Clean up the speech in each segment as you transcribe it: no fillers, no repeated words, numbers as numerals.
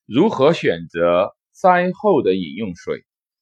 如何选择灾后的饮用水？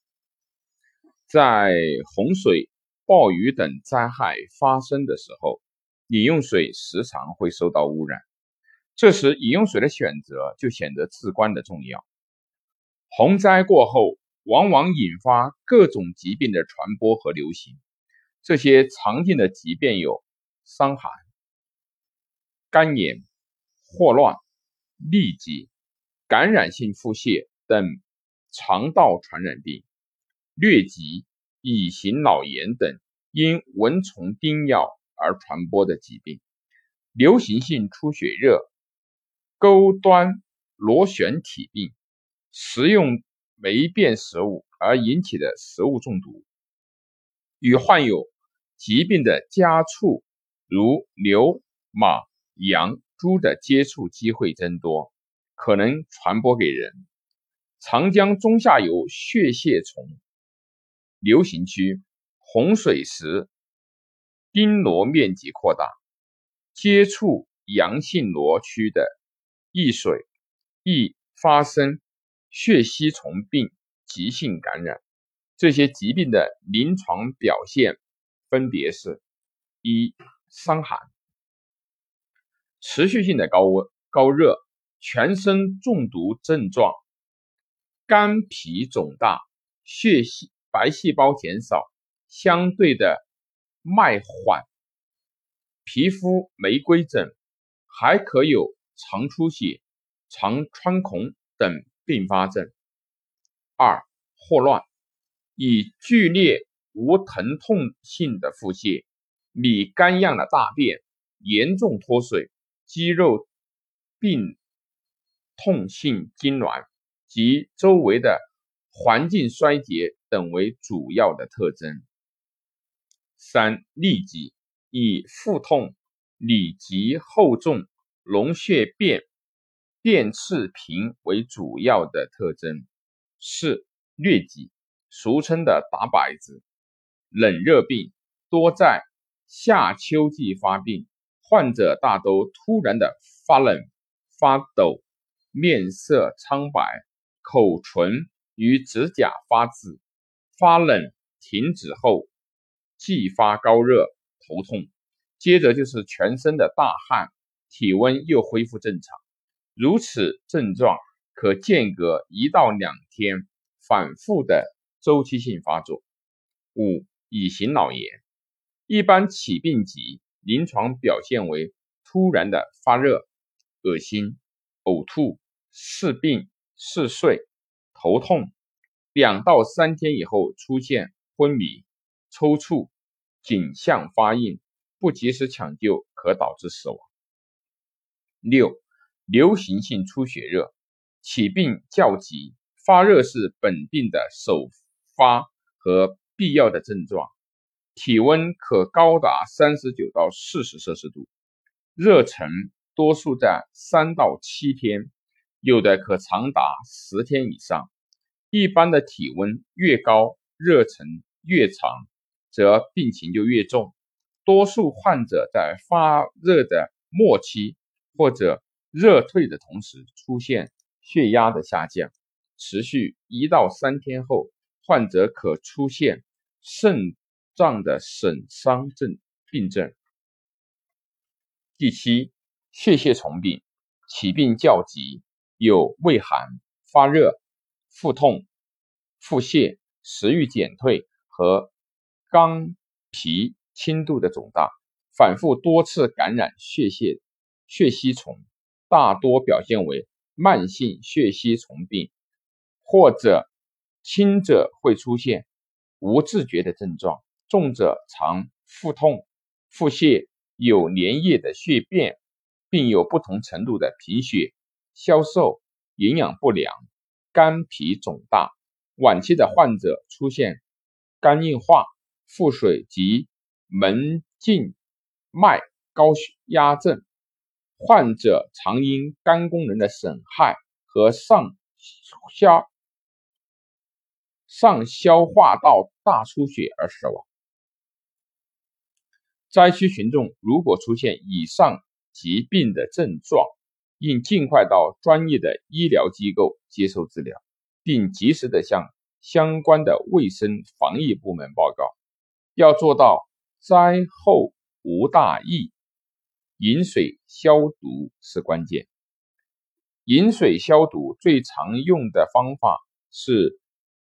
在洪水、暴雨等灾害发生的时候，饮用水时常会受到污染，这时饮用水的选择就显得至关的重要。洪灾过后，往往引发各种疾病的传播和流行，这些常见的疾病有伤寒、肝炎、霍乱、痢疾、感染性腹泻等肠道传染病、疟疾、乙型脑炎等因蚊虫叮咬而传播的疾病，流行性出血热、钩端螺旋体病、食用霉变食物而引起的食物中毒，与患有疾病的家畜如牛、马、羊、猪的接触机会增多，可能传播给人。长江中下游血蟹虫流行区洪水时叮螺面积扩大，接触阳性螺区的易水易发生血吸虫病急性感染。这些疾病的临床表现分别是：一、伤寒，持续性的高热，全身中毒症状，肝脾肿大，白细胞减少，相对的脉缓，皮肤玫瑰疹，还可有肠出血、肠穿孔等并发症。二、霍乱，以剧烈无疼痛性的腹泻、米干样的大便、严重脱水、肌肉病痛性痉挛及周围的环境衰竭等为主要的特征。三、痢疾，以腹痛、里急后重、脓血便赤频为主要的特征。四、疟疾，俗称的打摆子，冷热病，多在夏秋季发病，患者大都突然的发冷、发抖，面色苍白，口唇与指甲发紫，发冷停止后继发高热、头痛，接着就是全身的大汗，体温又恢复正常。如此症状可间隔1到2天，反复的周期性发作。五、乙型脑炎，一般起病急，临床表现为突然的发热、恶心、呕吐、视病、嗜睡、头痛，2到3天以后出现昏迷、抽搐、颈项发硬，不及时抢救可导致死亡。六、流行性出血热，起病较急，发热是本病的首发和必要的症状，体温可高达39到40摄氏度，热程多数在3到7天，有的可长达10天以上。一般的体温越高，热程越长，则病情就越重。多数患者在发热的末期或者热退的同时出现血压的下降，持续1到3天后，患者可出现肾脏的损伤病症。第七，血蟹虫病，起病较急，有畏寒、发热、腹痛、腹泻、食欲减退和肛皮轻度的肿大，反复多次感染血吸虫，大多表现为慢性血吸虫病，或者轻者会出现无自觉的症状，重者常腹痛、腹泻，有粘液的血便，并有不同程度的贫血、消瘦、营养不良、肝脾肿大。晚期的患者出现肝硬化、腹水及门静脉高压症，患者常因肝功能的损害和上消化道大出血而死亡。灾区群众如果出现以上疾病的症状， 应尽快到专业的医疗机构接受治疗，并及时的向相关的卫生防疫部门报告。要做到灾后无大疫，饮水消毒是关键。饮水消毒最常用的方法是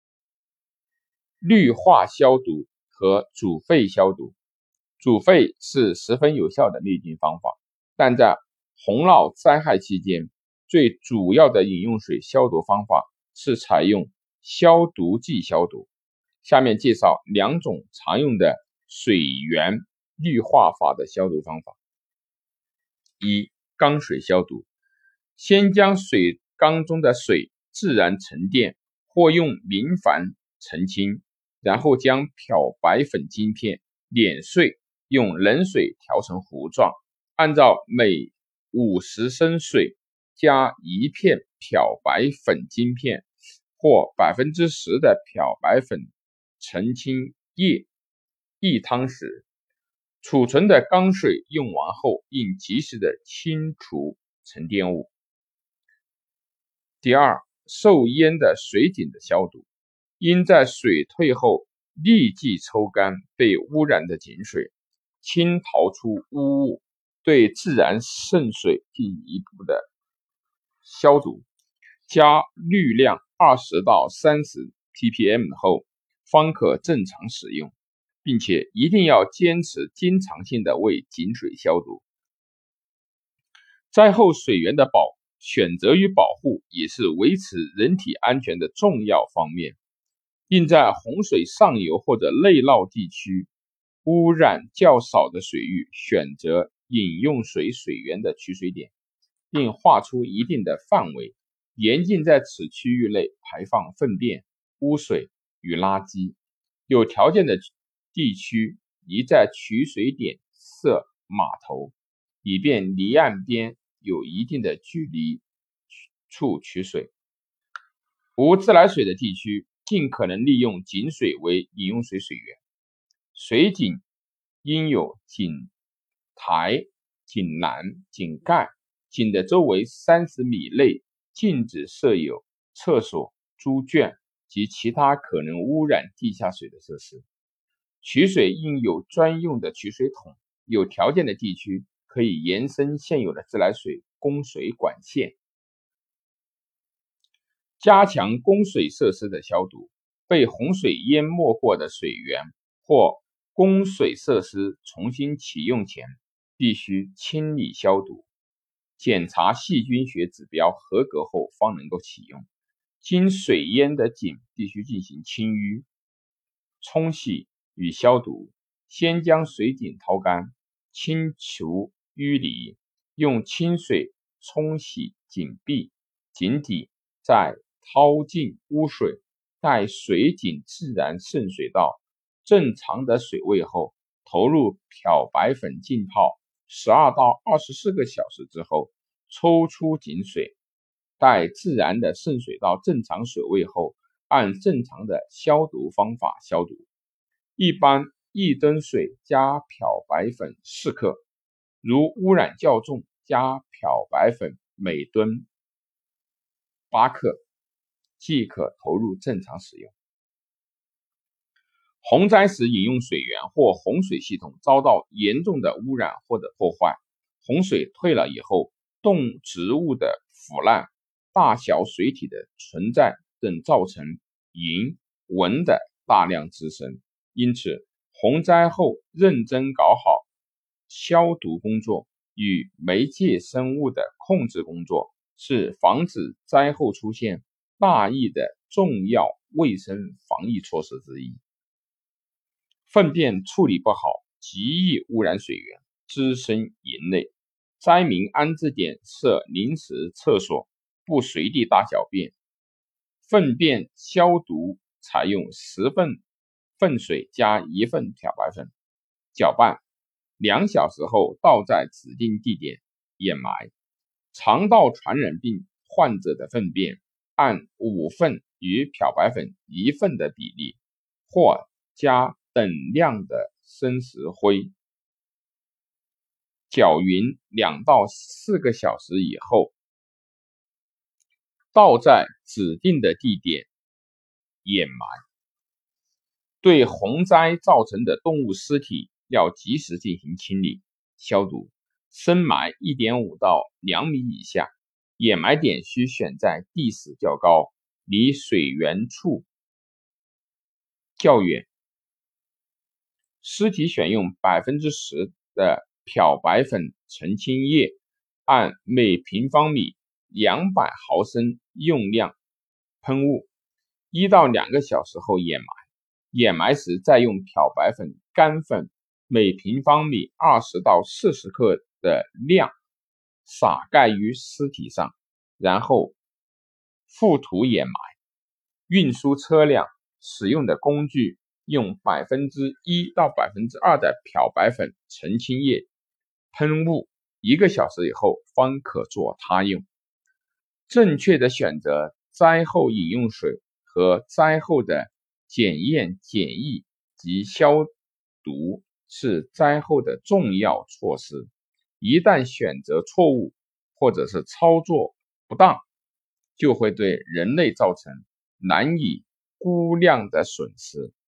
氯化消毒和煮沸消毒。煮沸是十分有效的灭菌方法，但在洪涝灾害期间，最主要的饮用水消毒方法是采用消毒剂消毒。下面介绍两种常用的水源氯化法的消毒方法。一、缸水消毒。先将水缸中的水自然沉淀或用明矾澄清，然后将漂白粉晶片碾碎，用冷水调成糊状，按照每50升水加1片漂白粉晶片或10%的漂白粉澄清液1汤匙。储存的缸水用完后，应及时的清除沉淀物。第二，受淹的水井的消毒，应在水退后立即抽干被污染的井水，清淘出污物，对自然渗水进一步的消毒，加氯量20到30 ppm 后，方可正常使用，并且一定要坚持经常性的为井水消毒。灾后水源的选择与保护也是维持人体安全的重要方面，应在洪水上游或者内涝地区污染较少的水域选择饮用水水源的取水点，并划出一定的范围，严禁在此区域内排放粪便、污水与垃圾。有条件的地区宜在取水点设码头，以便离岸边有一定的距离处取水。无自来水的地区，尽可能利用井水为饮用水水源。水井应有井台、井栏、井盖，井的周围30米内禁止设有厕所、猪圈及其他可能污染地下水的设施。取水应有专用的取水桶，有条件的地区可以延伸现有的自来水供水管线。加强供水设施的消毒，被洪水淹没过的水源或供水设施重新启用前，必须清理消毒，检查细菌学指标合格后方能够启用。经水淹的井必须进行清淤、冲洗与消毒，先将水井掏干，清除淤泥，用清水冲洗井壁、井底，再掏净污水，待水井自然渗水到正常的水位后，投入漂白粉浸泡12到24个小时之后，抽出井水，待自然的渗水到正常水位后，按正常的消毒方法消毒。一般1吨水加漂白粉4克，如污染较重，加漂白粉每吨8克，即可投入正常使用。洪灾时饮用水源或洪水系统遭到严重的污染或者破坏，洪水退了以后，动植物的腐烂、大小水体的存在等造成蝇、蚊的大量滋生。因此，洪灾后认真搞好消毒工作与媒介生物的控制工作，是防止灾后出现大疫的重要卫生防疫措施之一。粪便处理不好，极易污染水源，滋生蝇类。灾民安置点设临时厕所，不随地大小便。粪便消毒采用10份粪水加1份漂白粉，搅拌2小时后倒在指定地点掩埋。肠道传染病患者的粪便按5份与漂白粉1份的比例，或加等量的生石灰，搅匀2到4个小时以后， 倒在指定的地点掩埋。对洪灾造成的动物尸体要及时进行清理消毒，深埋 1.5 到2米以下，掩埋点需选在地势较高，离水源处较远。尸体选用 10% 的漂白粉澄清液，按每平方米200毫升用量喷雾，1到2个小时后掩埋。掩埋时再用漂白粉干粉每平方米20到40克的量撒盖于尸体上，然后覆土掩埋。运输车辆使用的工具用 1% 到 2% 的漂白粉澄清液喷雾，1个小时以后方可做他用。正确的选择灾后饮用水和灾后的检验检疫及消毒是灾后的重要措施，一旦选择错误或者是操作不当，就会对人类造成难以估量的损失。